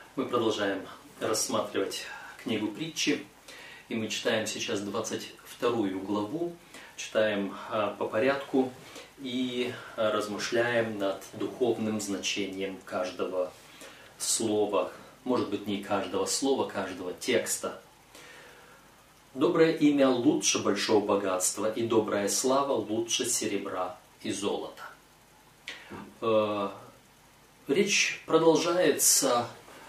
Мы продолжаем рассматривать книгу притчи, и мы читаем сейчас 22 главу, читаем по порядку и размышляем над духовным значением каждого слова, может быть, не каждого слова, каждого текста. Доброе имя лучше большого богатства, и добрая слава лучше серебра и золота. Речь продолжается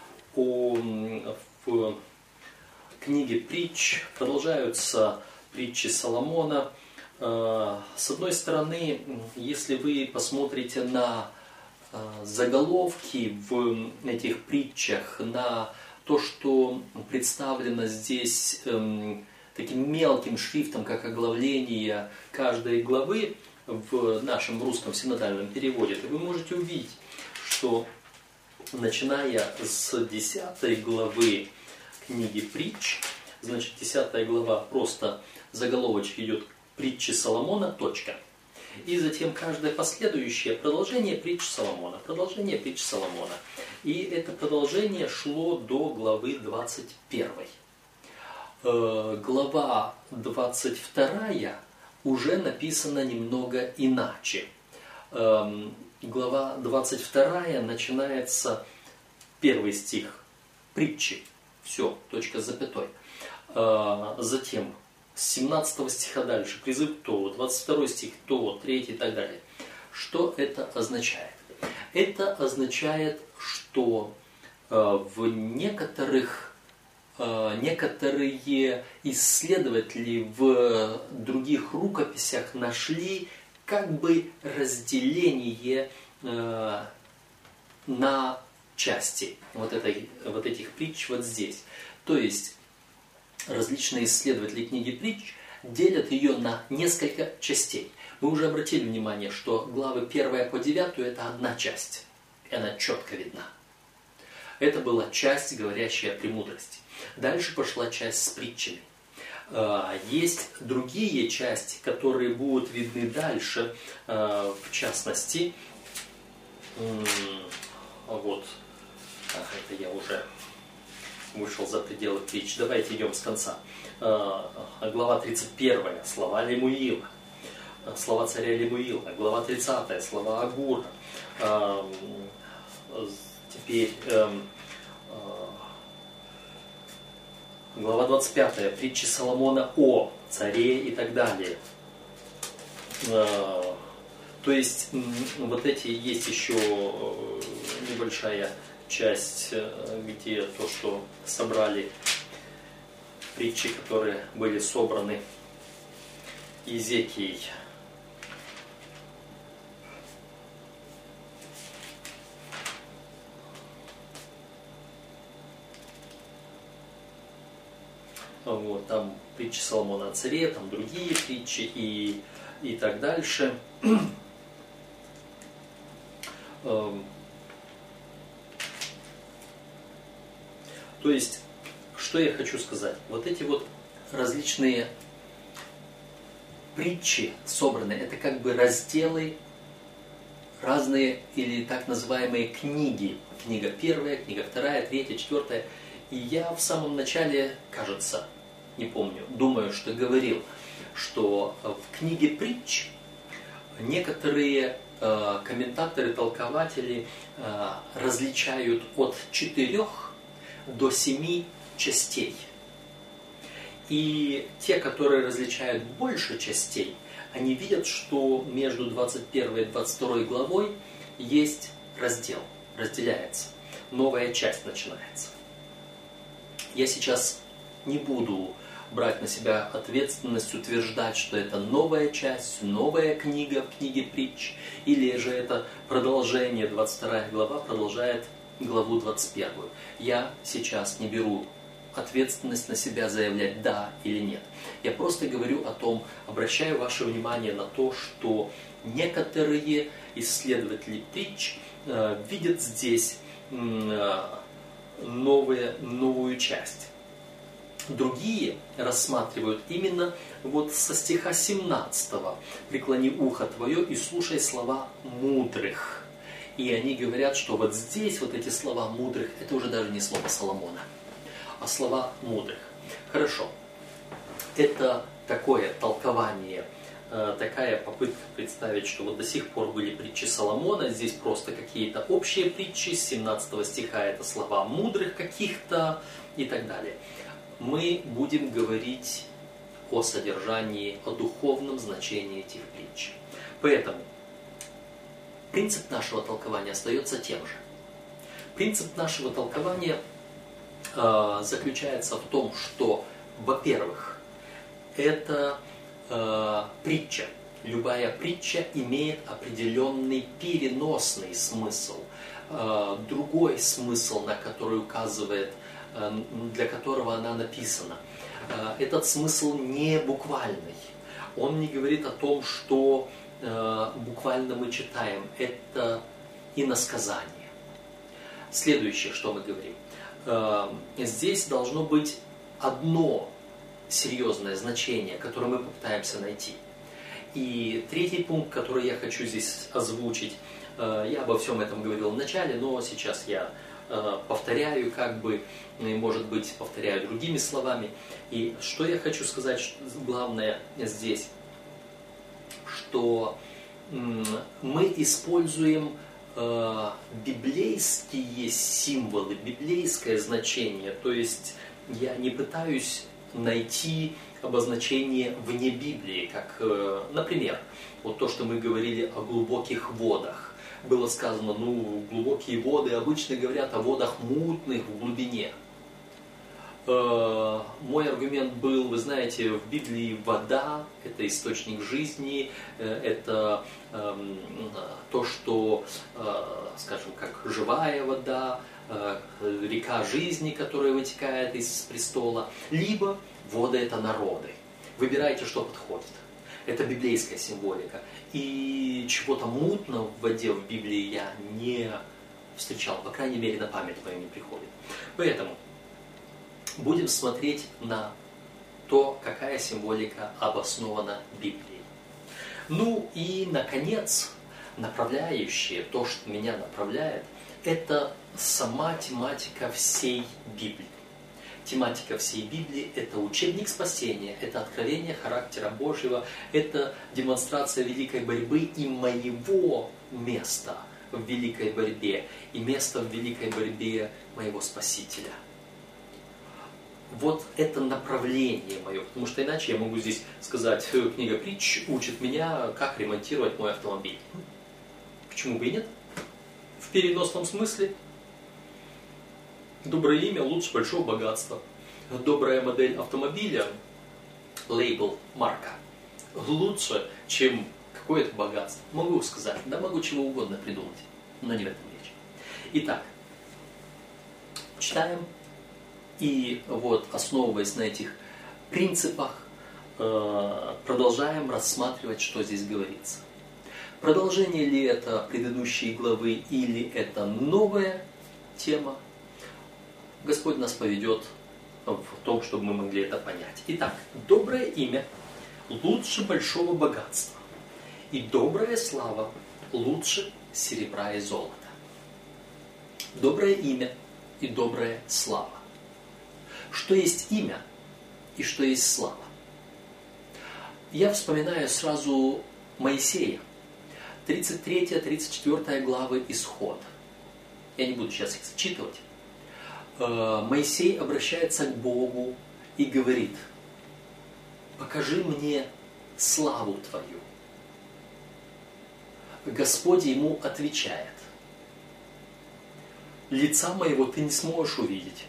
в книге притч, продолжаются притчи Соломона. С одной стороны, если вы посмотрите на заголовки в этих притчах, на то, что представлено здесь таким мелким шрифтом, как оглавление каждой главы в нашем русском синодальном переводе, то вы можете увидеть, что начиная с 10 главы книги притч, значит 10 глава просто заголовочек идет притчи Соломона, точка. И затем каждое последующее продолжение притч Соломона, продолжение притч Соломона. И это продолжение шло до главы 21. Глава 22 уже написана немного иначе. Глава 22 начинается, первый стих притчи, все, точка с запятой. Затем с 17 стиха дальше призыв то, 22 стих то, 3 и так далее. Что это означает? Это означает, что некоторые исследователи в других рукописях нашли как бы разделение на части вот этих притч вот здесь. То есть различные исследователи книги притч делят ее на несколько частей. Вы уже обратили внимание, что главы 1 по 9 это одна часть. И она четко видна. Это была часть, говорящая о премудрости. Дальше пошла часть с притчами. Есть другие части, которые будут видны дальше, в частности, вот, это я уже вышел за пределы притч. Давайте идем с конца. Глава 31, слова Лемуила, слова царя Лемуила. Глава 30, слова Агура. Теперь глава 25, притчи Соломона о царе и так далее. То есть, вот эти есть еще небольшая часть, где то, что собрали притчи, которые были собраны Иезекией. Вот, там притчи Соломона о царе, там другие притчи и так дальше. То есть, что я хочу сказать? Вот эти вот различные притчи собраны, это как бы разделы, разные или так называемые книги. Книга 1, книга 2, 3, 4. И я в самом начале, кажется, не помню, думаю, что говорил, что в книге притч некоторые комментаторы, толкователи различают от 4 до 7 частей. И те, которые различают больше частей, они видят, что между 21 и 22 главой есть раздел, разделяется, новая часть начинается. Я сейчас не буду брать на себя ответственность, утверждать, что это новая часть, новая книга в книге притч, или же это продолжение, 22 глава продолжает главу 21. Я сейчас не беру ответственность на себя заявлять да или нет. Я просто говорю о том, обращаю ваше внимание на то, что некоторые исследователи притч видят здесь новую часть. Другие рассматривают именно вот со стиха 17. «Преклони ухо твое и слушай слова мудрых». И они говорят, что вот здесь вот эти слова мудрых, это уже даже не слово Соломона, а слова мудрых. Хорошо. Это такое толкование, такая попытка представить, что вот до сих пор были притчи Соломона, здесь просто какие-то общие притчи, с 17 стиха это слова мудрых каких-то и так далее. Мы будем говорить о содержании, о духовном значении этих притч. Поэтому принцип нашего толкования остается тем же. Принцип нашего толкования заключается в том, что, во-первых, это притча. Любая притча имеет определенный переносный смысл, другой смысл, на который указывает, для которого она написана. Этот смысл не буквальный. Он не говорит о том, что буквально мы читаем. Это иносказание. Следующее, что мы говорим. Здесь должно быть одно серьезное значение, которое мы попытаемся найти. И третий пункт, который я хочу здесь озвучить, я обо всем этом говорил в начале, но сейчас я повторяю, может быть, повторяю другими словами. И что я хочу сказать, главное здесь, что мы используем библейские символы, библейское значение. То есть я не пытаюсь найти обозначение вне Библии, как, например, вот то, что мы говорили о глубоких водах. Было сказано, глубокие воды обычно говорят о водах мутных в глубине. Мой аргумент был, вы знаете, в Библии вода – это источник жизни, это то, что, скажем, как живая вода, река жизни, которая вытекает из престола, либо воды – это народы. Выбирайте, что подходит. Это библейская символика. И чего-то мутного в воде в Библии я не встречал, по крайней мере, на память мою не приходит. Поэтому будем смотреть на то, какая символика обоснована Библией. И, наконец, направляющее, то, что меня направляет, это сама тематика всей Библии. Тематика всей Библии – это учебник спасения, это откровение характера Божьего, это демонстрация великой борьбы и моего места в великой борьбе, и место в великой борьбе моего Спасителя. Вот это направление мое, потому что иначе я могу здесь сказать, книга притч учит меня, как ремонтировать мой автомобиль. Почему бы и нет? В переносном смысле. Доброе имя лучше большого богатства. Добрая модель автомобиля, лейбл, марка, лучше, чем какое-то богатство. Могу сказать, могу чего угодно придумать, но не в этом речь. Итак, читаем. И вот, основываясь на этих принципах, продолжаем рассматривать, что здесь говорится. Продолжение ли это предыдущей главы или это новая тема, Господь нас поведет в том, чтобы мы могли это понять. Итак, доброе имя лучше большого богатства, и добрая слава лучше серебра и золота. Доброе имя и добрая слава. Что есть имя и что есть слава? Я вспоминаю сразу Моисея, 33-34 главы Исход. Я не буду сейчас их зачитывать. Моисей обращается к Богу и говорит: покажи мне славу Твою. Господь ему отвечает: лица моего ты не сможешь увидеть.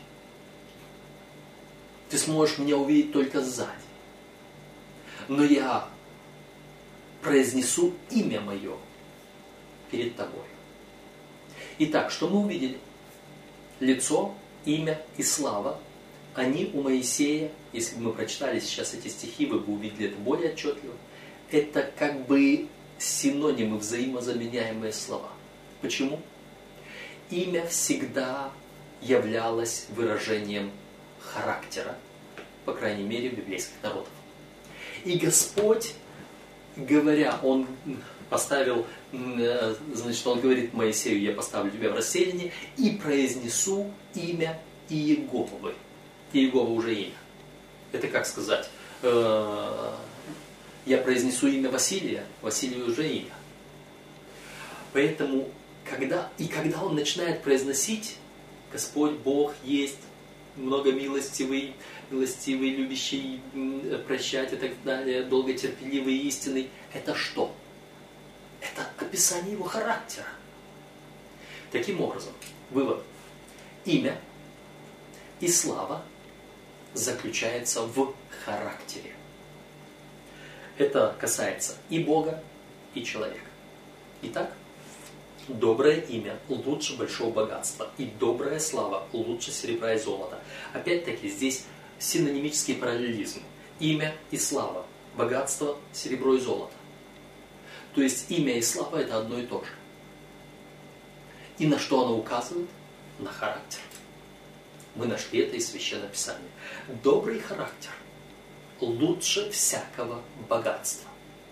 Ты сможешь меня увидеть только сзади. Но я произнесу имя мое перед тобой. Итак, что мы увидели? Лицо, имя и слава, они у Моисея, если бы мы прочитали сейчас эти стихи, вы бы увидели это более отчетливо, это как бы синонимы, взаимозаменяемые слова. Почему? Имя всегда являлось выражением характера, по крайней мере, библейских народов. И Господь, говоря, Он поставил, значит, он говорит Моисею: я поставлю тебя в расселение и произнесу имя Иеговы. Иегова уже имя. Это как сказать? Я произнесу имя Василия, Василию уже имя. Поэтому, когда он начинает произносить: Господь Бог есть, многомилостивый, милостивый, любящий прощать и так далее, долготерпеливый и истинный, это что? Это описание его характера. Таким образом, вывод: имя и слава заключается в характере. Это касается и Бога, и человека. Итак, доброе имя лучше большого богатства, и добрая слава лучше серебра и золота. Опять-таки, здесь синонимический параллелизм. Имя и слава, богатство, серебро и золото. То есть имя и слава это одно и то же. И на что оно указывает? На характер. Мы нашли это из Священного Писания. Добрый характер лучше всякого богатства.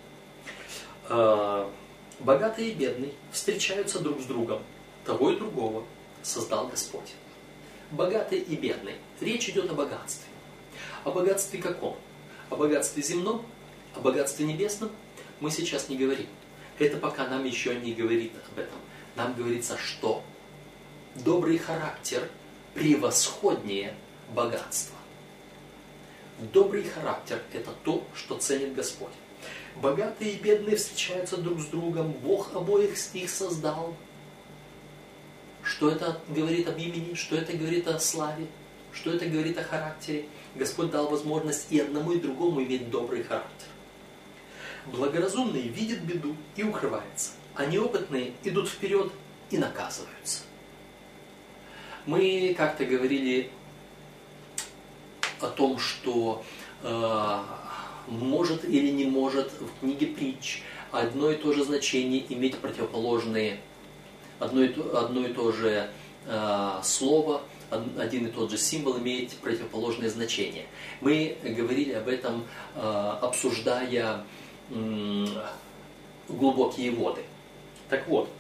Богатый и бедный встречаются друг с другом. Того и другого создал Господь. Богатый и бедный. Речь идет о богатстве. О богатстве каком? О богатстве земном? О богатстве небесном? Мы сейчас не говорим. Это пока нам еще не говорит об этом. Нам говорится, что добрый характер превосходнее богатства. Добрый характер – это то, что ценит Господь. Богатые и бедные встречаются друг с другом. Бог обоих их создал. Что это говорит об имени? Что это говорит о славе? Что это говорит о характере? Господь дал возможность и одному, и другому иметь добрый характер. Благоразумный видит беду и укрывается, а неопытные идут вперед и наказываются. Мы как-то говорили о том, что может или не может в книге притч одно и то же значение иметь противоположные, одно и то же слово, один и тот же символ имеет противоположные значения. Мы говорили об этом, обсуждая глубокие воды. Так вот,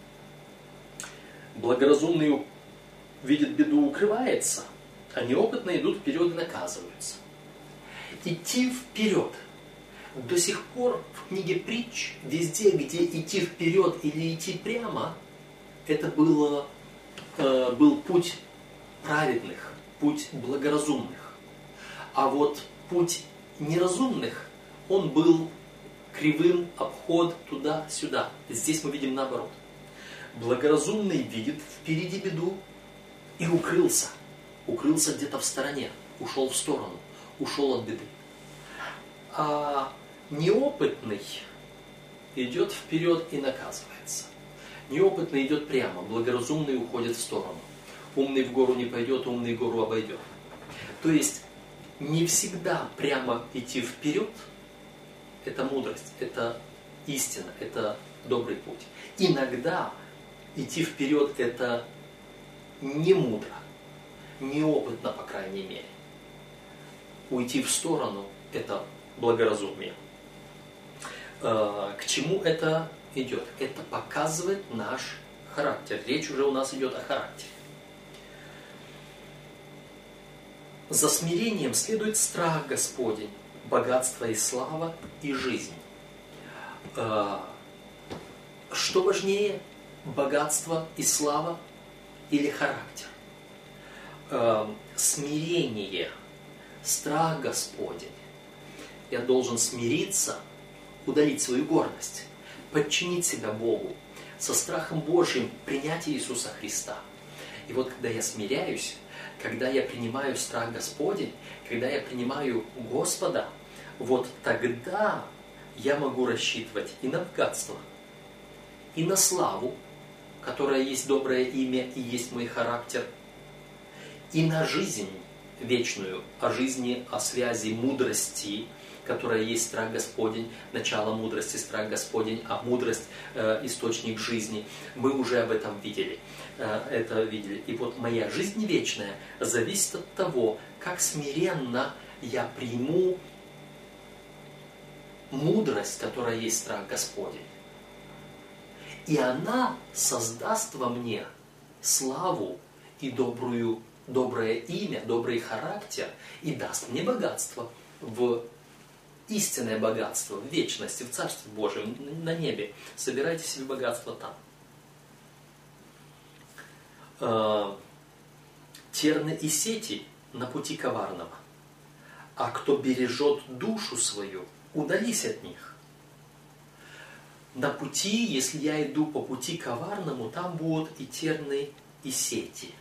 благоразумный видит беду, укрывается, а неопытные идут вперед и наказываются. Идти вперед. До сих пор в книге притч, везде, где идти вперед или идти прямо, это был путь праведных, путь благоразумных. А вот путь неразумных, он был кривым, обход туда-сюда. Здесь мы видим наоборот. Благоразумный видит впереди беду и укрылся. Укрылся где-то в стороне, ушел в сторону, ушел от беды. А неопытный идет вперед и наказывается. Неопытный идет прямо, благоразумный уходит в сторону. Умный в гору не пойдет, умный гору обойдет. То есть не всегда прямо идти вперед – это мудрость, это истина, это добрый путь. Иногда идти вперед – это не мудро, неопытно, по крайней мере. Уйти в сторону – это благоразумие. К чему это идет? Это показывает наш характер. Речь уже у нас идет о характере. За смирением следует страх Господень, богатство и слава и жизнь. Что важнее, богатство и слава или характер? Смирение, страх Господень. Я должен смириться, удалить свою гордость, подчинить себя Богу, со страхом Божьим принять Иисуса Христа. И вот когда я смиряюсь, когда я принимаю страх Господень, когда я принимаю Господа, вот тогда я могу рассчитывать и на богатство, и на славу, которая есть доброе имя и есть мой характер, и на жизнь вечную, о жизни, о связи мудрости, которая есть страх Господень, начало мудрости, страх Господень, а мудрость источник жизни. Мы уже об этом видели. И вот моя жизнь вечная зависит от того, как смиренно я приму мудрость, которая есть страх Господень. И она создаст во мне славу и доброе имя, добрый характер, и даст мне богатство, в истинное богатство, в вечности, в Царстве Божьем, на небе. Собирайте себе богатство там. Терны и сети на пути коварного, а кто бережет душу свою, удались от них. На пути, если я иду по пути коварному, там будут и терны, и сети.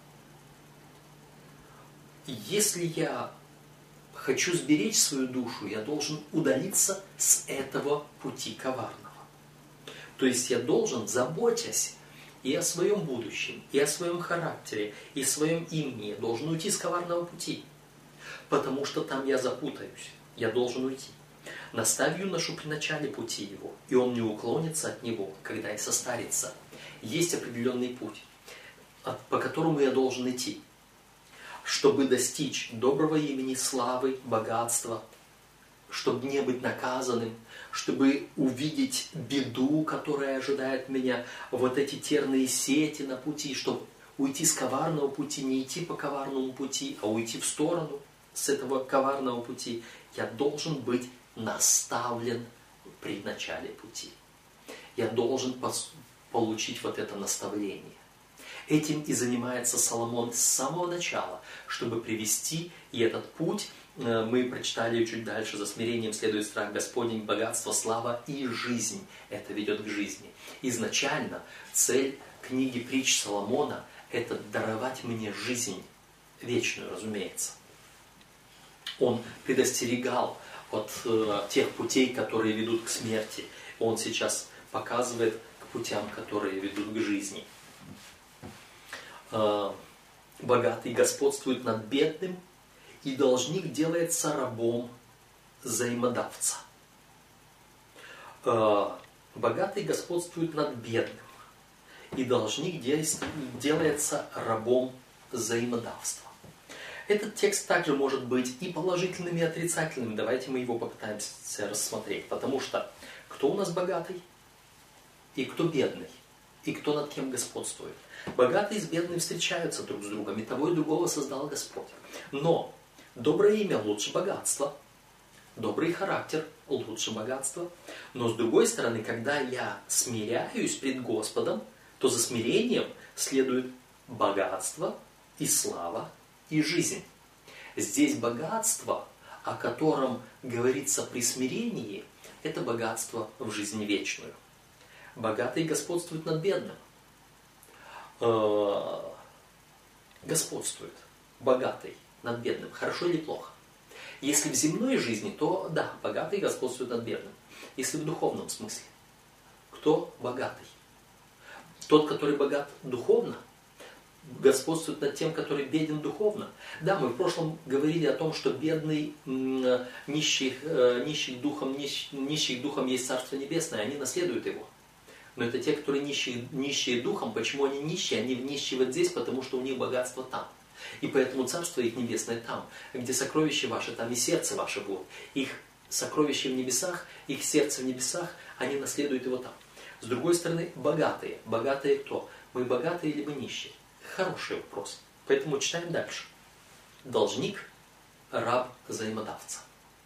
Если я хочу сберечь свою душу, я должен удалиться с этого пути коварного. То есть я должен, заботясь и о своем будущем, и о своем характере, и о своем имени, я должен уйти с коварного пути. Потому что там я запутаюсь, я должен уйти. Наставь юношу при начале пути его, и он не уклонится от него, когда и состарится. Есть определенный путь, по которому я должен идти, чтобы достичь доброго имени, славы, богатства, чтобы не быть наказанным, чтобы увидеть беду, которая ожидает меня, вот эти терные сети на пути, чтобы уйти с коварного пути, не идти по коварному пути, а уйти в сторону с этого коварного пути. Я должен быть наставлен при начале пути. Я должен получить вот это наставление. Этим и занимается Соломон с самого начала, чтобы привести и этот путь. Мы прочитали чуть дальше: за смирением следует страх Господень, богатство, слава и жизнь. Это ведет к жизни. Изначально цель книги притч Соломона – это даровать мне жизнь, вечную, разумеется. Он предостерегал от тех путей, которые ведут к смерти. Он сейчас показывает к путям, которые ведут к жизни. Богатый господствует над бедным, и должник делается рабом взаимодавца. Богатый господствует над бедным, и должник делается рабом взаимодавства. Этот текст также может быть и положительным, и отрицательным. Давайте мы его попытаемся рассмотреть. Потому что кто у нас богатый и кто бедный, и кто над кем господствует. Богатый с бедным встречаются друг с другом, и того и другого создал Господь. Но доброе имя лучше богатства, добрый характер лучше богатства. Но с другой стороны, когда я смиряюсь пред Господом, то за смирением следует богатство и слава и жизнь. Здесь богатство, о котором говорится при смирении, это богатство в жизнь вечную. Богатый господствует над бедным. Господствует богатый над бедным. Хорошо или плохо? Если в земной жизни, то да, богатый господствует над бедным. Если в духовном смысле, кто богатый? Тот, который богат духовно, господствует над тем, который беден духовно. Да, мы в прошлом говорили о том, что бедный, нищих духом есть Царство Небесное, они наследуют его. Но это те, которые нищие духом. Почему они нищие? Они нищие вот здесь, потому что у них богатство там. И поэтому Царство их Небесное там, где сокровища ваши, там и сердце ваше будет. Их сокровища в небесах, их сердце в небесах, они наследуют его там. С другой стороны, богатые. Богатые кто? Мы богатые либо нищие? Хороший вопрос. Поэтому читаем дальше. Должник, раб взаимодавца.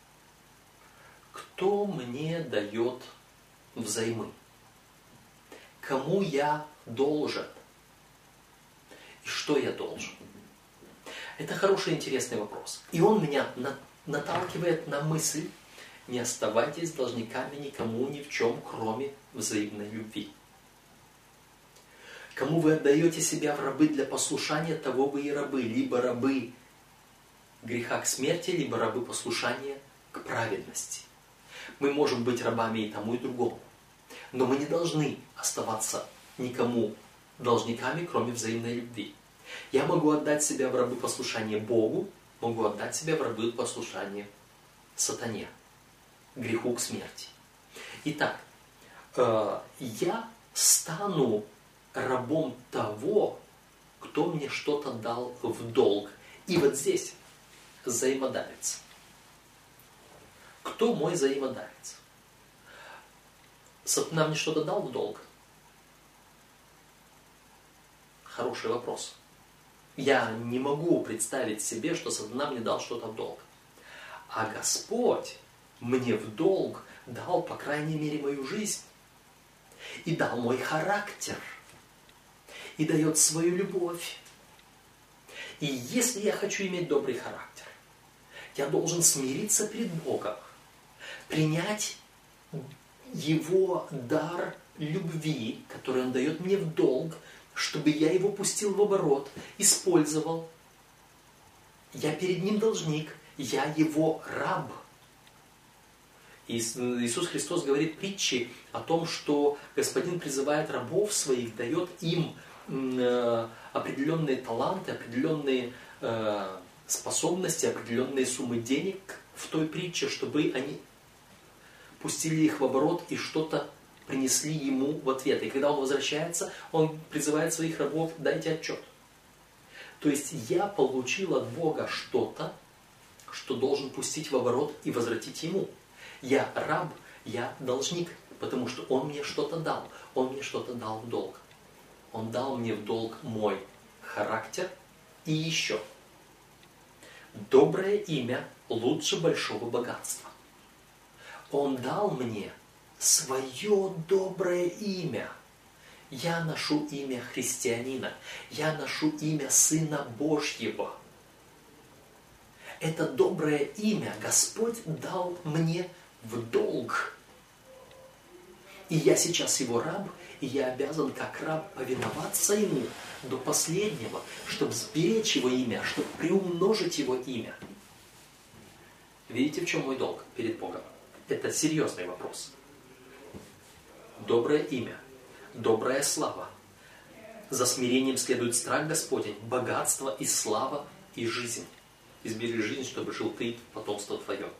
Кто мне дает взаймы? Кому я должен? И что я должен? Это хороший, интересный вопрос. И он меня наталкивает на мысль: не оставайтесь должниками никому ни в чем, кроме взаимной любви. Кому вы отдаете себя в рабы для послушания, того вы и рабы. Либо рабы греха к смерти, либо рабы послушания к праведности. Мы можем быть рабами и тому, и другому. Но мы не должны оставаться никому должниками, кроме взаимной любви. Я могу отдать себя в рабы послушания Богу, могу отдать себя в рабы послушания сатане, греху к смерти. Итак, я стану рабом того, кто мне что-то дал в долг. И вот здесь взаимодавец. Кто мой взаимодавец? Сатана мне что-то дал в долг? Хороший вопрос. Я не могу представить себе, что сатана мне дал что-то в долг. А Господь мне в долг дал, по крайней мере, мою жизнь. И дал мой характер. И дает свою любовь. И если я хочу иметь добрый характер, я должен смириться перед Богом, принять Его дар любви, который Он дает мне в долг, чтобы я его пустил в оборот, использовал. Я перед Ним должник, я Его раб. И Иисус Христос говорит притчи о том, что Господин призывает рабов своих, дает им определенные таланты, определенные способности, определенные суммы денег в той притче, чтобы они пустили их в оборот и что-то принесли ему в ответ. И когда он возвращается, он призывает своих рабов: дайте отчет. То есть я получил от Бога что-то, что должен пустить в оборот и возвратить ему. Я раб, я должник, потому что он мне что-то дал. Он мне что-то дал в долг. Он дал мне в долг мой характер и еще. Доброе имя лучше большого богатства. Он дал мне свое доброе имя. Я ношу имя христианина. Я ношу имя Сына Божьего. Это доброе имя Господь дал мне в долг. И я сейчас Его раб, и я обязан как раб повиноваться Ему до последнего, чтобы сберечь Его имя, чтобы приумножить Его имя. Видите, в чем мой долг перед Богом? Это серьезный вопрос. Доброе имя, добрая слава. За смирением следует страх Господень, богатство и слава и жизнь. Избери жизнь, чтобы жил ты, потомство твое.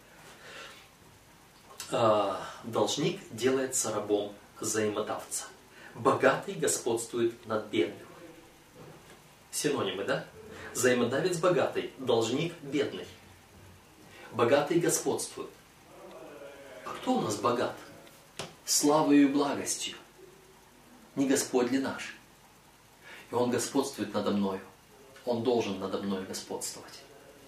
Должник делается рабом взаимодавца. Богатый господствует над бедным. Синонимы, да? Взаимодавец богатый, должник бедный. Богатый господствует. А кто у нас богат? Славою и благостью. Не Господь ли наш? И Он господствует надо мною. Он должен надо мною господствовать.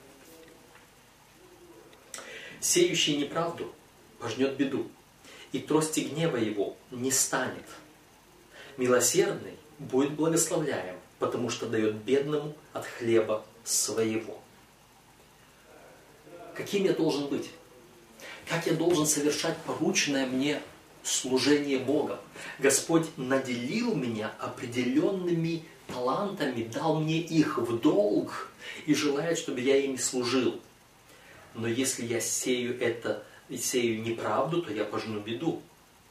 Сеющий неправду пожнет беду, и трости гнева его не станет. Милосердный будет благословляем, потому что дает бедному от хлеба своего. Каким я должен быть? Как я должен совершать порученное мне служение Богом? Господь наделил меня определенными талантами, дал мне их в долг и желает, чтобы я ими служил. Но если я сею неправду, то я пожну беду.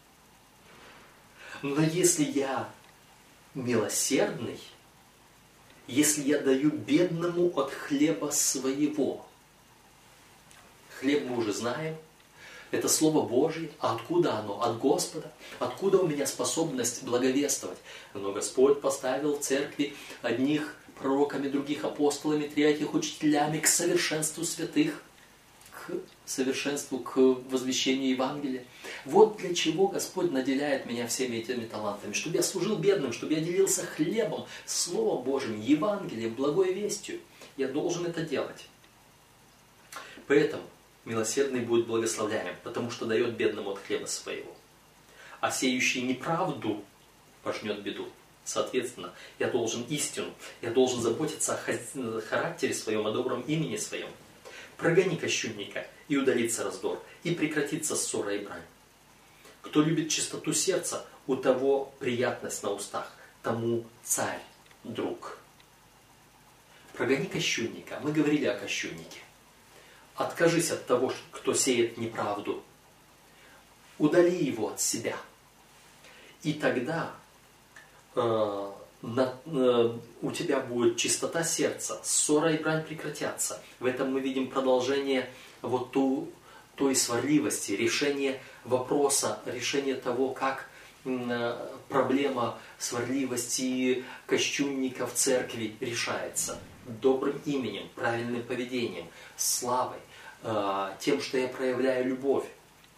Но если я милосердный, если я даю бедному от хлеба своего, хлеб мы уже знаем, это Слово Божье. А откуда оно? От Господа. Откуда у меня способность благовествовать? Но Господь поставил в церкви одних пророками, других апостолами, третьих учителями к совершенству святых, к совершенству, к возвещению Евангелия. Вот для чего Господь наделяет меня всеми этими талантами. Чтобы я служил бедным, чтобы я делился хлебом, Словом Божьим, Евангелием, благой вестью. Я должен это делать. Поэтому милосердный будет благословляем, потому что дает бедному от хлеба своего. А сеющий неправду пожнет беду. Соответственно, я должен истину, я должен заботиться о характере своем, о добром имени своем. Прогони кощунника, и удалится раздор, и прекратится ссора и брань. Кто любит чистоту сердца, у того приятность на устах, тому царь друг. Прогони кощунника. Мы говорили о кощуннике. Откажись от того, кто сеет неправду. Удали его от себя. И тогда у тебя будет чистота сердца, ссора и брань прекратятся. В этом мы видим продолжение вот той сварливости, решение вопроса, решение того, как проблема сварливости кощунника в церкви решается. Добрым именем, правильным поведением, славой, тем, что я проявляю любовь.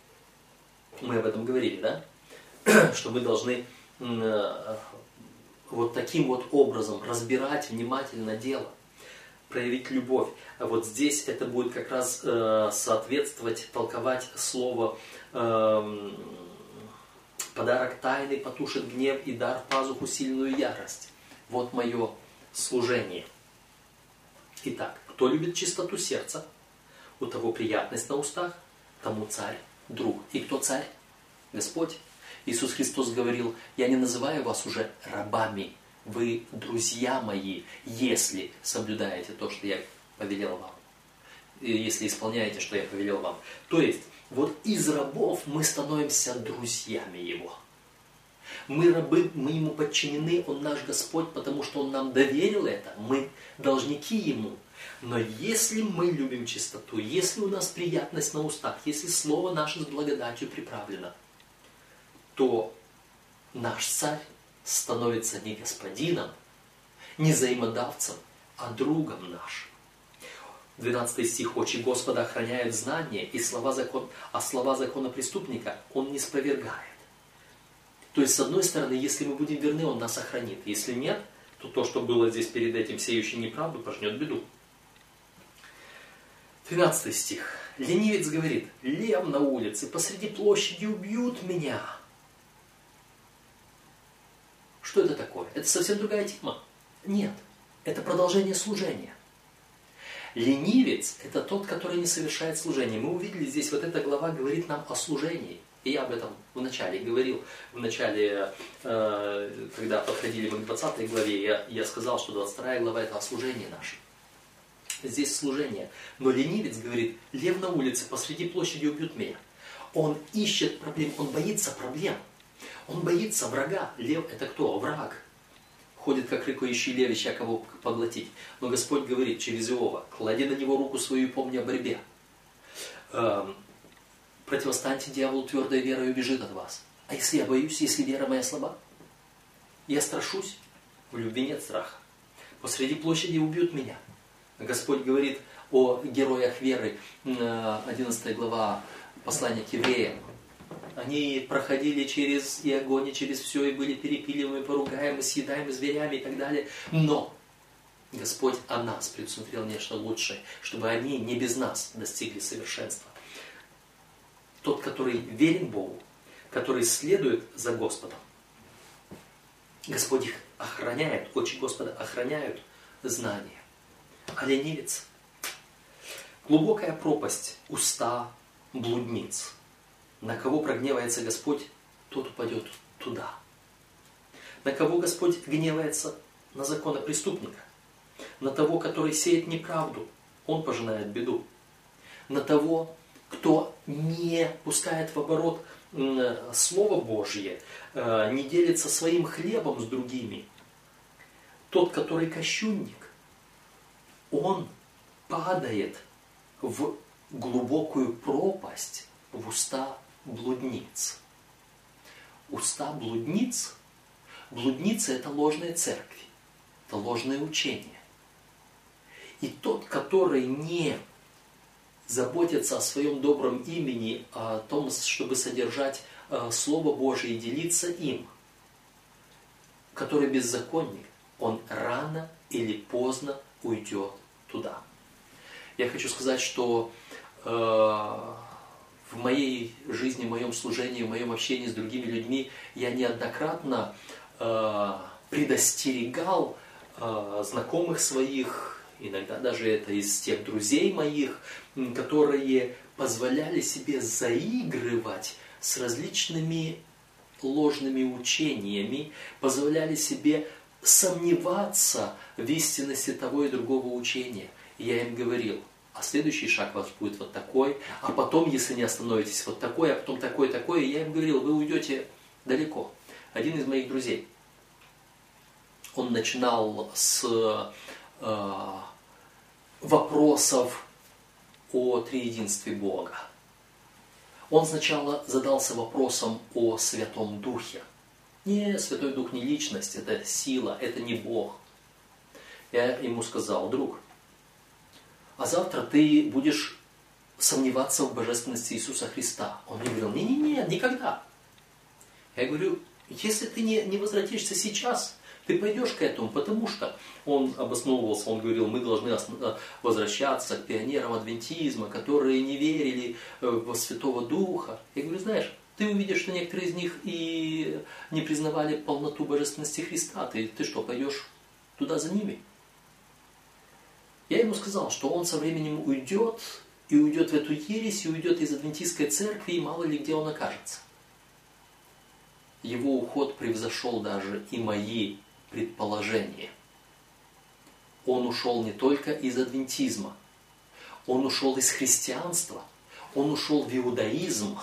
Мы об этом говорили, да? Что мы должны вот таким вот образом разбирать внимательно дело, проявить любовь. А вот здесь это будет как раз соответствовать, толковать слово «подарок тайный потушит гнев и дар в пазуху сильную ярость». Вот мое служение. Итак, кто любит чистоту сердца, у того приятность на устах, тому царь, друг. И кто царь? Господь. Иисус Христос говорил: «Я не называю вас уже рабами, вы друзья мои, если соблюдаете то, что я повелел вам, если исполняете, что я повелел вам». То есть, вот из рабов мы становимся друзьями Его. Мы рабы, мы Ему подчинены, Он наш Господь, потому что Он нам доверил это, мы должники Ему. Но если мы любим чистоту, если у нас приятность на устах, если слово наше с благодатью приправлено, то наш царь становится не господином, не взаимодавцем, а другом нашим. 12 стих. «Очи Господа охраняют знание, и слова закона преступника Он не спровергает». То есть, с одной стороны, если мы будем верны, Он нас охранит. Если нет, то то, что было здесь перед этим, сеющий неправду, пожнет беду. 13 стих. Ленивец говорит: «Лев на улице, посреди площади убьют меня». Что это такое? Это совсем другая тема? Нет, это продолжение служения. Ленивец – это тот, который не совершает служение. Мы увидели здесь, вот эта глава говорит нам о служении. И я об этом вначале говорил. Вначале, когда подходили мы к 20 главе, я сказал, что 22 глава – это о служении нашем. Здесь служение. Но ленивец говорит: «Лев на улице, посреди площади убьют меня». Он ищет проблем, он боится проблем. Он боится врага. Лев – это кто? Враг. Ходит, как рыкающий лев, ища кого поглотить. Но Господь говорит через Иова: «Клади на него руку свою и помни о борьбе. Противостаньте дьяволу твердой верой, и убежит от вас». А если я боюсь, если вера моя слаба? Я страшусь? В любви нет страха. Посреди площади убьют меня. Господь говорит о героях веры, 11 глава послания к евреям. Они проходили через и огонь, и через все, и были перепиливаемы, поругаемы, съедаемы зверями и так далее. Но Господь о нас предусмотрел нечто лучшее, чтобы они не без нас достигли совершенства. Тот, который верен Богу, который следует за Господом, Господь их охраняет, очи Господа охраняют знания. А ленивец? Глубокая пропасть, уста блудниц. На кого прогневается Господь, тот упадет туда. На кого Господь гневается? На законопреступника. На того, который сеет неправду, он пожинает беду. На того, кто не пускает в оборот Слово Божье, не делится своим хлебом с другими. Тот, который кощунник, он падает в глубокую пропасть, в уста блудниц. Уста блудниц. Блудницы – это ложные церкви, это ложное учение. И тот, который не заботится о своем добром имени, о том, чтобы содержать Слово Божие и делиться им, который беззаконник, он рано или поздно уйдет туда. Я хочу сказать, что в моей жизни, в моем служении, в моем общении с другими людьми я неоднократно предостерегал знакомых своих, иногда даже это из тех друзей моих, которые позволяли себе заигрывать с различными ложными учениями, позволяли себе сомневаться в истинности того и другого учения. И я им говорил: а следующий шаг у вас будет вот такой, а потом, если не остановитесь, вот такой, а потом такой. И я им говорил: вы уйдете далеко. Один из моих друзей, он начинал с вопросов о триединстве Бога. Он сначала задался вопросом о Святом Духе. Не, Святой Дух не личность, это сила, это не Бог. Я ему сказал: друг, а завтра ты будешь сомневаться в божественности Иисуса Христа. Он мне говорил: не, никогда. Я говорю: если ты не возвратишься сейчас, Ты пойдешь к этому, потому что он обосновывался, он говорил, мы должны возвращаться к пионерам адвентизма, которые не верили во Святого Духа. Я говорю, знаешь, ты увидишь, что некоторые из них и не признавали полноту божественности Христа. Ты что, пойдешь туда за ними? Я ему сказал, что он со временем уйдет, и уйдет в эту ересь, и уйдет из адвентистской церкви, и мало ли где он окажется. Его уход превзошел даже и мои предположения. Он ушел не только из адвентизма, он ушел из христианства, он ушел в иудаизм.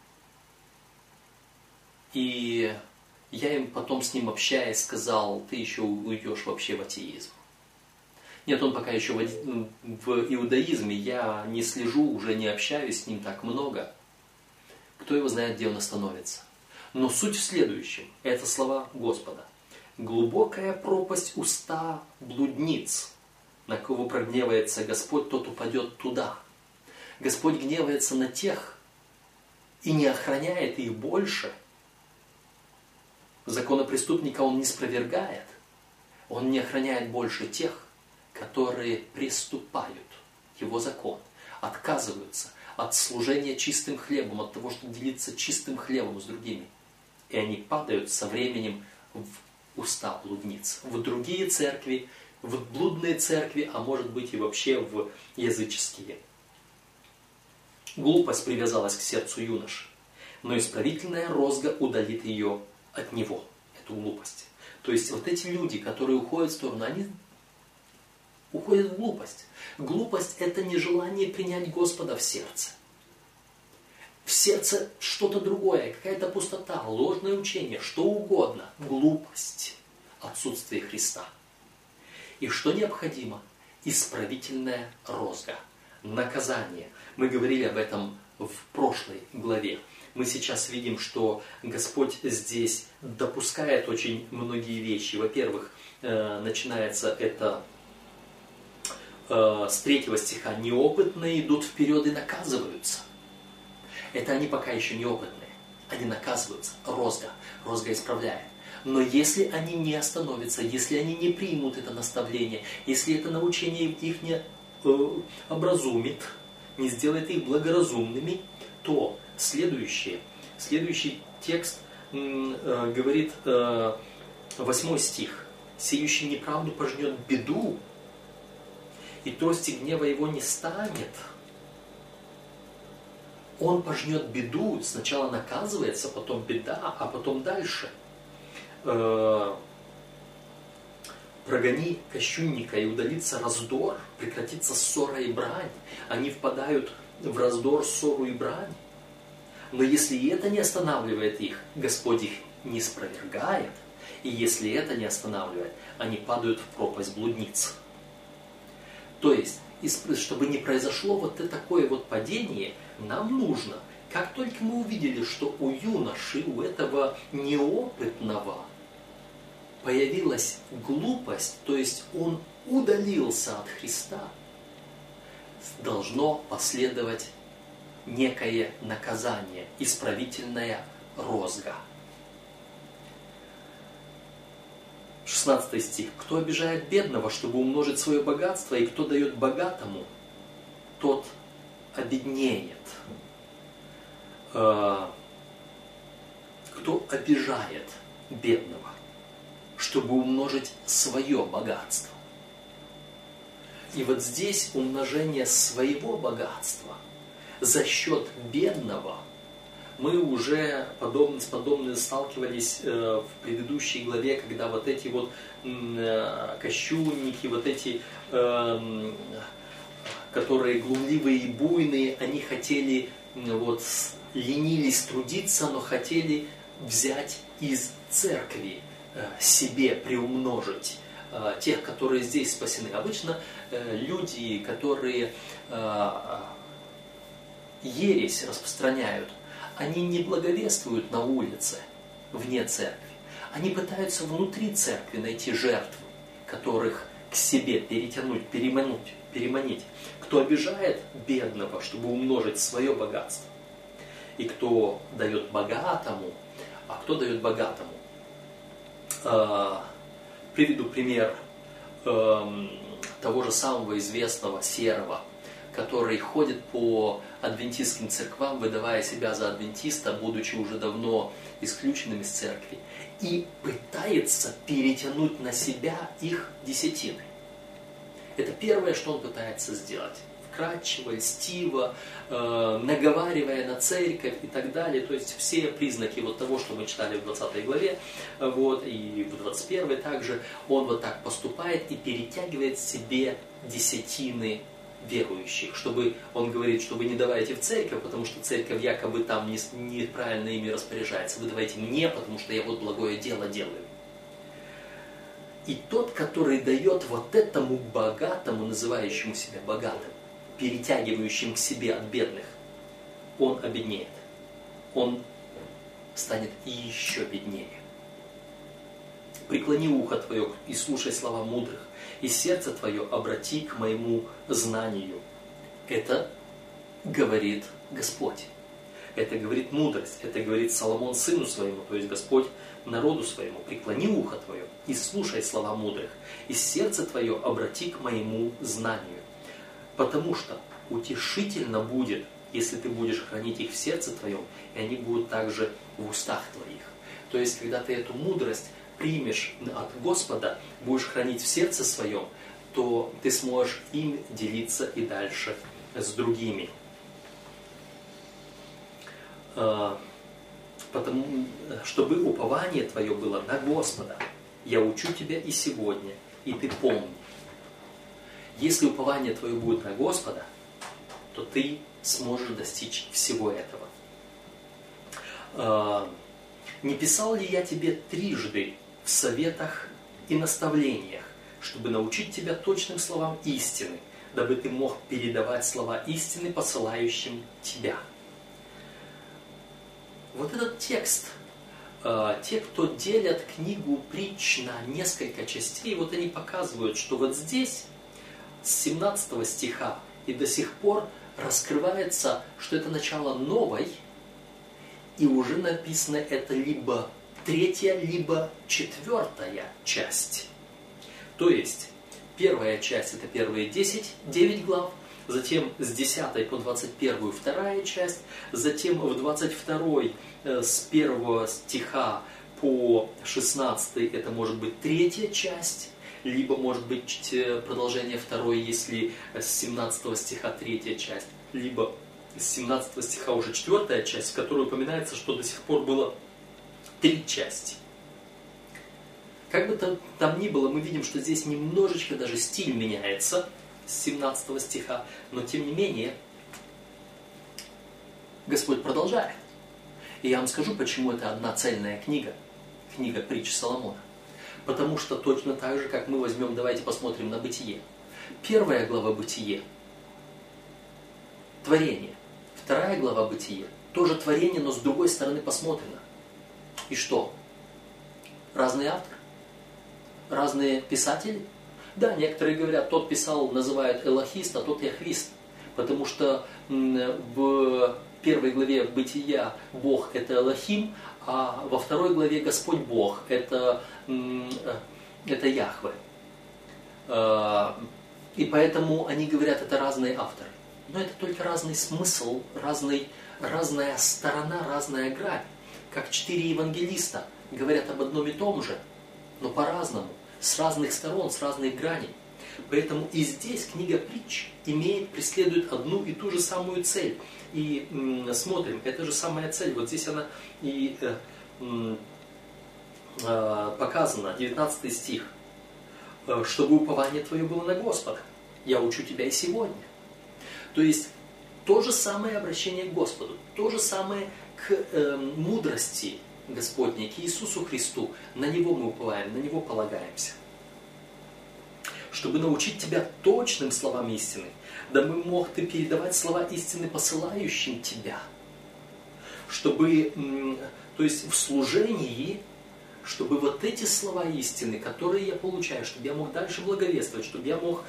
И я им потом с ним общаясь сказал, ты еще уйдешь вообще в атеизм. Нет, он пока еще в иудаизме, я не слежу, уже не общаюсь с ним так много. Кто его знает, где он остановится. Но суть в следующем, это слова Господа. Глубокая пропасть уста блудниц, на кого прогневается Господь, тот упадет туда. Господь гневается на тех и не охраняет их больше. Закона преступника он не спровергает, он не охраняет больше тех, которые приступают его закон, отказываются от служения чистым хлебом, от того, чтобы делиться чистым хлебом с другими. И они падают со временем в уста блудниц, в другие церкви, в блудные церкви, а может быть и вообще в языческие. Глупость привязалась к сердцу юноши, но исправительная розга удалит ее от него, эту глупость. То есть вот эти люди, которые уходят в сторону, они уходят в глупость. Глупость – это нежелание принять Господа в сердце. В сердце что-то другое, какая-то пустота, ложное учение, что угодно. Глупость, отсутствие Христа. И что необходимо? Исправительная розга, наказание. Мы говорили об этом в прошлой главе. Мы сейчас видим, что Господь здесь допускает очень многие вещи. Во-первых, начинается это с 3 стиха. Неопытные идут вперед и наказываются. Это они пока еще неопытные. Они наказываются. Розга исправляет. Но если они не остановятся, если они не примут это наставление, если это научение их не образумит, не сделает их благоразумными, то следующий текст говорит, 8 стих. «Сеющий неправду пожнет беду, и трости гнева его не станет». Он пожнет беду, сначала наказывается, потом беда, а потом дальше. «Прогони кощунника, и удалится раздор, прекратится ссора и брань». Они впадают в раздор, ссору и брань. Но если и это не останавливает их, Господь их не спровергает. И если это не останавливает, они падают в пропасть блудниц. То есть, чтобы не произошло вот такое вот падение, нам нужно, как только мы увидели, что у юноши, у этого неопытного появилась глупость, то есть он удалился от Христа, должно последовать некое наказание, исправительная розга. 16 стих. «Кто обижает бедного, чтобы умножить свое богатство, и кто дает богатому, тот обеднеет». Кто обижает бедного, чтобы умножить свое богатство. И вот здесь умножение своего богатства за счет бедного. Мы уже с подобным сталкивались в предыдущей главе, когда вот эти вот кощунники, вот эти, которые глумливые и буйные, они хотели, ленились трудиться, но хотели взять из церкви себе, приумножить тех, которые здесь спасены. Обычно люди, которые ересь распространяют, они не благовествуют на улице, вне церкви. Они пытаются внутри церкви найти жертвы, которых к себе перетянуть, переманить. Кто обижает бедного, чтобы умножить свое богатство, и кто дает богатому, а кто дает богатому? Приведу пример того же самого известного Серова, который ходит по адвентистским церквам, выдавая себя за адвентиста, будучи уже давно исключенным из церкви, и пытается перетянуть на себя их десятины. Это первое, что он пытается сделать. Вкратчиво, льстиво, наговаривая на церковь и так далее. То есть все признаки вот того, что мы читали в 20 главе, вот, и в 21 также, он вот так поступает и перетягивает себе десятины верующих, чтобы, он говорит, что вы не давайте в церковь, потому что церковь якобы там неправильно ими распоряжается, вы давайте мне, потому что я вот благое дело делаю. И тот, который дает вот этому богатому, называющему себя богатым, перетягивающим к себе от бедных, он обеднеет, он станет еще беднее. Преклони ухо твое и слушай слова мудрых, и сердце твое обрати к моему знанию. Это говорит Господь. Это говорит мудрость. Это говорит Соломон сыну своему, то есть Господь народу своему. Преклони ухо твое и слушай слова мудрых, и сердце твое обрати к моему знанию. Потому что утешительно будет, если ты будешь хранить их в сердце твоем, и они будут также в устах твоих. То есть, когда ты эту мудрость примешь от Господа, будешь хранить в сердце своем, то ты сможешь им делиться и дальше с другими. Потому, чтобы упование твое было на Господа, я учу тебя и сегодня, и ты помни. Если упование твое будет на Господа, то ты сможешь достичь всего этого. Не писал ли я тебе трижды в советах и наставлениях, чтобы научить тебя точным словам истины, дабы ты мог передавать слова истины посылающим тебя? Вот этот текст, те, кто делят книгу притч на несколько частей, вот они показывают, что вот здесь с 17 стиха и до сих пор раскрывается, что это начало новой, и уже написано это либо 3-я, либо 4-я часть. То есть, первая часть это первые 9 глав, затем с 10 по 21 2-я часть, затем в 22 с 1 стиха по 16 это может быть 3-я часть, либо может быть продолжение 2, если с 17 стиха 3-я часть, либо с 17 стиха уже 4-я часть, в которой упоминается, что до сих пор было 3 части. Как бы там ни было, мы видим, что здесь немножечко даже стиль меняется с 17 стиха, но тем не менее Господь продолжает. И я вам скажу, почему это одна цельная книга, книга притч Соломона. Потому что точно так же, как мы возьмем, давайте посмотрим на Бытие. 1 глава Бытие – творение. 2 глава Бытие – тоже творение, но с другой стороны посмотрено. И что? Разные авторы? Разные писатели? Да, некоторые говорят, тот писал, называют элохист, а тот яхвист. Потому что в 1 главе Бытия Бог – это Элохим, а во 2 главе Господь Бог – это Яхве. И поэтому они говорят, это разные авторы. Но это только разный смысл, разная сторона, разная грань. Как 4 евангелиста говорят об одном и том же, но по-разному, с разных сторон, с разных граней. Поэтому и здесь книга притч преследует одну и ту же самую цель. И смотрим, эта же самая цель, вот здесь она и показана, 19 стих. Чтобы упование твое было на Господа, я учу тебя и сегодня. То есть, то же самое обращение к Господу, то же самое к мудрости Господней, к Иисусу Христу. На Него мы уповаем, на Него полагаемся. Чтобы научить тебя точным словам истины, дабы мог ты передавать слова истины посылающим тебя. Чтобы, то есть в служении, чтобы вот эти слова истины, которые я получаю, чтобы я мог дальше благовествовать, чтобы я мог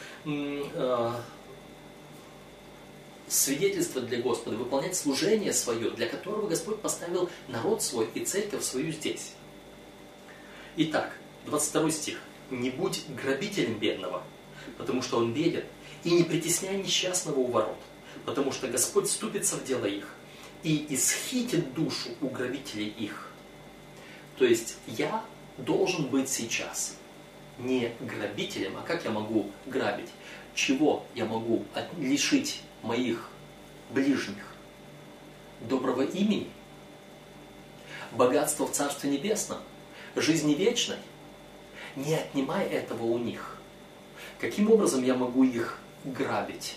свидетельствовать для Господа, выполнять служение свое, для которого Господь поставил народ свой и церковь свою здесь. Итак, 22 стих. не будь грабителем бедного, потому что он беден, и не притесняй несчастного у ворот, потому что Господь вступится в дело их и исхитит душу у грабителей их. То есть я должен быть сейчас не грабителем, а как я могу грабить? Чего я могу лишить моих ближних? Доброго имени? Богатства в Царстве Небесном? Жизни вечной? Не отнимай этого у них. Каким образом я могу их грабить?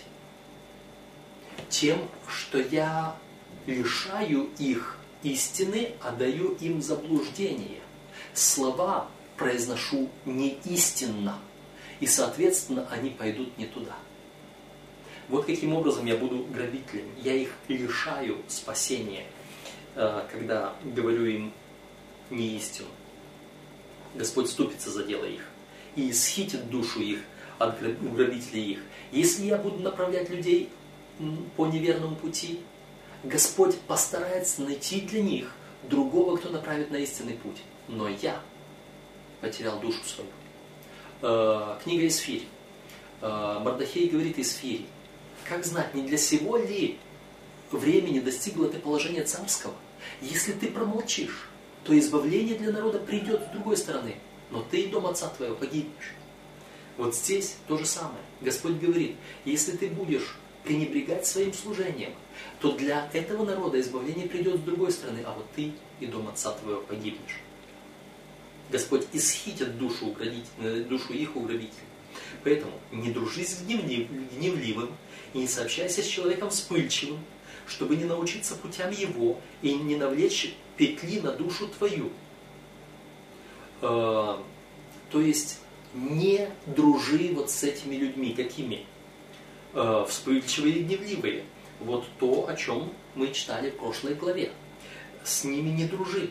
Тем, что я лишаю их истины, а даю им заблуждение. Слова произношу неистинно, и, соответственно, они пойдут не туда. Вот каким образом я буду грабителем. Я их лишаю спасения, когда говорю им неистину. Господь вступится за дело их и исхитит душу их от грабителей их. Если я буду направлять людей по неверному пути, Господь постарается найти для них другого, кто направит на истинный путь. Но я потерял душу свою. Книга Исфирь. Мардохей говорит Исфири: как знать, не для сего ли времени достигло ты положения царского? Если ты промолчишь, то избавление для народа придет с другой стороны, но ты и дом отца твоего погибнешь. Вот здесь то же самое. Господь говорит: если ты будешь пренебрегать своим служением, то для этого народа избавление придет с другой стороны, а вот ты и дом отца твоего погибнешь. Господь исхитит душу их у грабителей. Поэтому не дружи с гневливым и не сообщайся с человеком вспыльчивым, чтобы не научиться путям его и не навлечь петли на душу твою. То есть не дружи вот с этими людьми. Какими? Вспыльчивые и гневливые. Вот то, о чем мы читали в прошлой главе. С ними не дружи.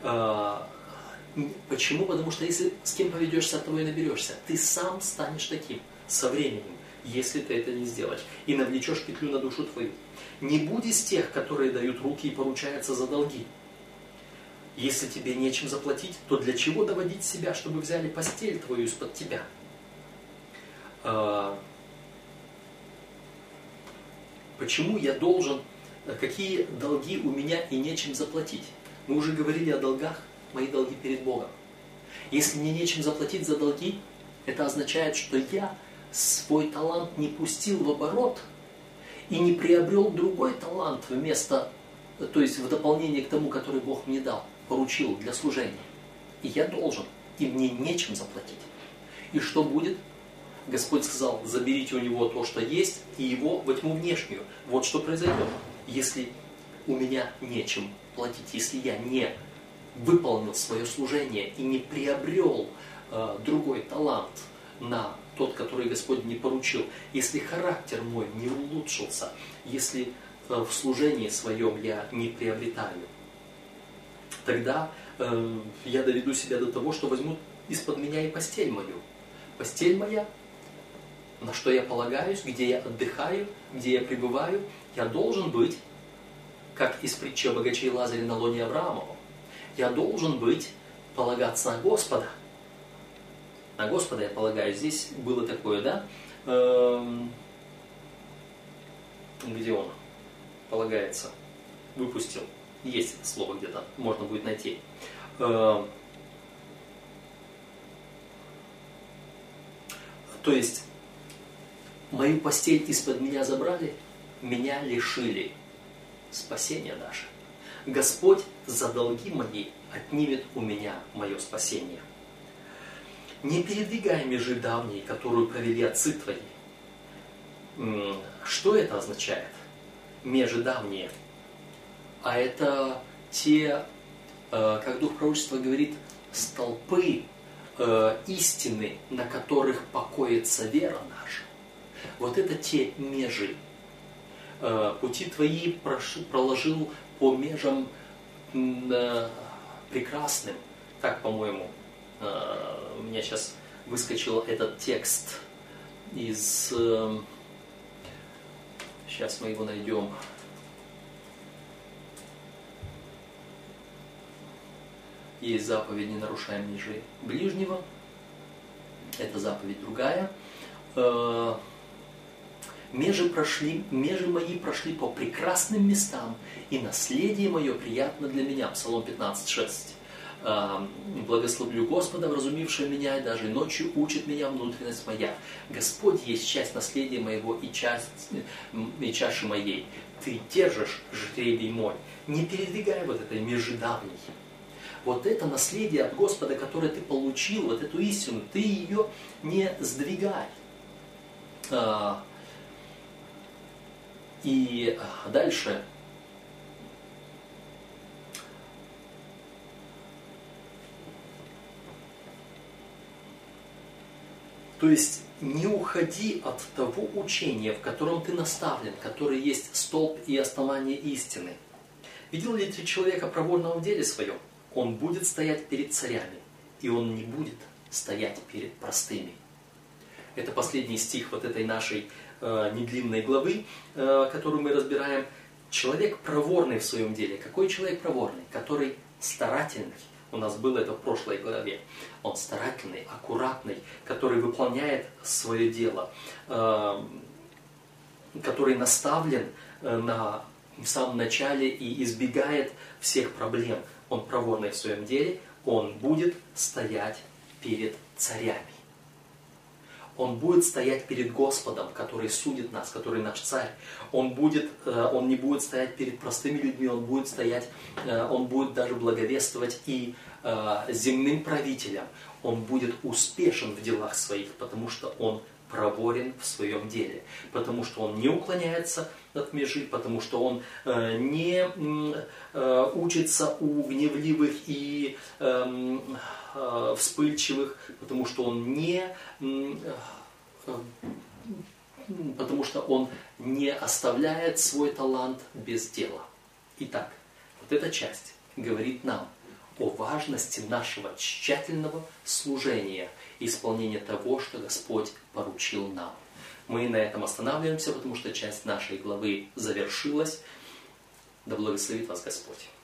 Почему? Потому что если с кем поведешься, от того и наберешься. Ты сам станешь таким со временем, если ты это не сделаешь. И навлечешь петлю на душу твою. Не будь из тех, которые дают руки и поручаются за долги. Если тебе нечем заплатить, то для чего доводить себя, чтобы взяли постель твою из-под тебя? Почему я должен, какие долги у меня и нечем заплатить? Мы уже говорили о долгах, мои долги перед Богом. Если мне нечем заплатить за долги, это означает, что я свой талант не пустил в оборот и не приобрел другой талант вместо, то есть в дополнение к тому, который Бог мне дал, поручил для служения. И я должен, и мне нечем заплатить. И что будет? Господь сказал: заберите у него то, что есть, и его во тьму внешнюю. Вот что произойдет, если у меня нечем платить, если я не выполнил свое служение и не приобрел другой талант на тот, который Господь мне поручил, если характер мой не улучшился, если в служении своем я не приобретаю, тогда я доведу себя до того, что возьмут из-под меня и постель мою. Постель моя, на что я полагаюсь, где я отдыхаю, где я пребываю, я должен быть, как из притчи о богаче и Лазаре на лоне Авраамова. Я должен быть, полагаться на Господа. На Господа я полагаюсь. Здесь было такое, да? Где он полагается? Выпустил. Есть это слово где-то, можно будет найти. То есть, мою постель из-под меня забрали, меня лишили спасения даже. Господь за долги мои отнимет у меня мое спасение. Не передвигай межи давней, которую провели отцы твои. Что это означает? Межи давние. А это те, как Дух пророчества говорит, столпы истины, на которых покоится вера наша. Вот это те межи. Пути твои проложил по межам прекрасным. Так, по-моему, у меня сейчас выскочил этот текст из... Сейчас мы его найдем. Есть заповедь: не нарушаем межи ближнего. Это заповедь другая. Межи мои прошли по прекрасным местам, и наследие мое приятно для меня. Псалом 15:6. Благословлю Господа, вразумившего меня, и даже ночью учит меня внутренность моя. Господь есть часть наследия моего и чаши моей. Ты держишь жребий мой. Не передвигай вот этой межи давней. Вот это наследие от Господа, которое ты получил, вот эту истину, ты ее не сдвигай. И дальше. То есть не уходи от того учения, в котором ты наставлен, который есть столб и основание истины. Видел ли ты человека проворного в деле своем? Он будет стоять перед царями, и он не будет стоять перед простыми. Это последний стих вот этой нашей недлинной главы, которую мы разбираем. Человек проворный в своем деле. Какой человек проворный? Который старательный. У нас было это в прошлой главе. Он старательный, аккуратный, который выполняет свое дело, который наставлен в самом начале и избегает всех проблем. Он проворный в своем деле, он будет стоять перед царями. Он будет стоять перед Господом, который судит нас, который наш царь. Он не будет стоять перед простыми людьми, он будет даже благовествовать и земным правителям. Он будет успешен в делах своих, потому что он проворен в своем деле, потому что он не уклоняется от межи, потому что он не учится у гневливых и вспыльчивых, потому что он не оставляет свой талант без дела. Итак, вот эта часть говорит нам о важности нашего тщательного служения и исполнения того, что Господь поручил нам. Мы на этом останавливаемся, потому что часть нашей главы завершилась. Да благословит вас Господь.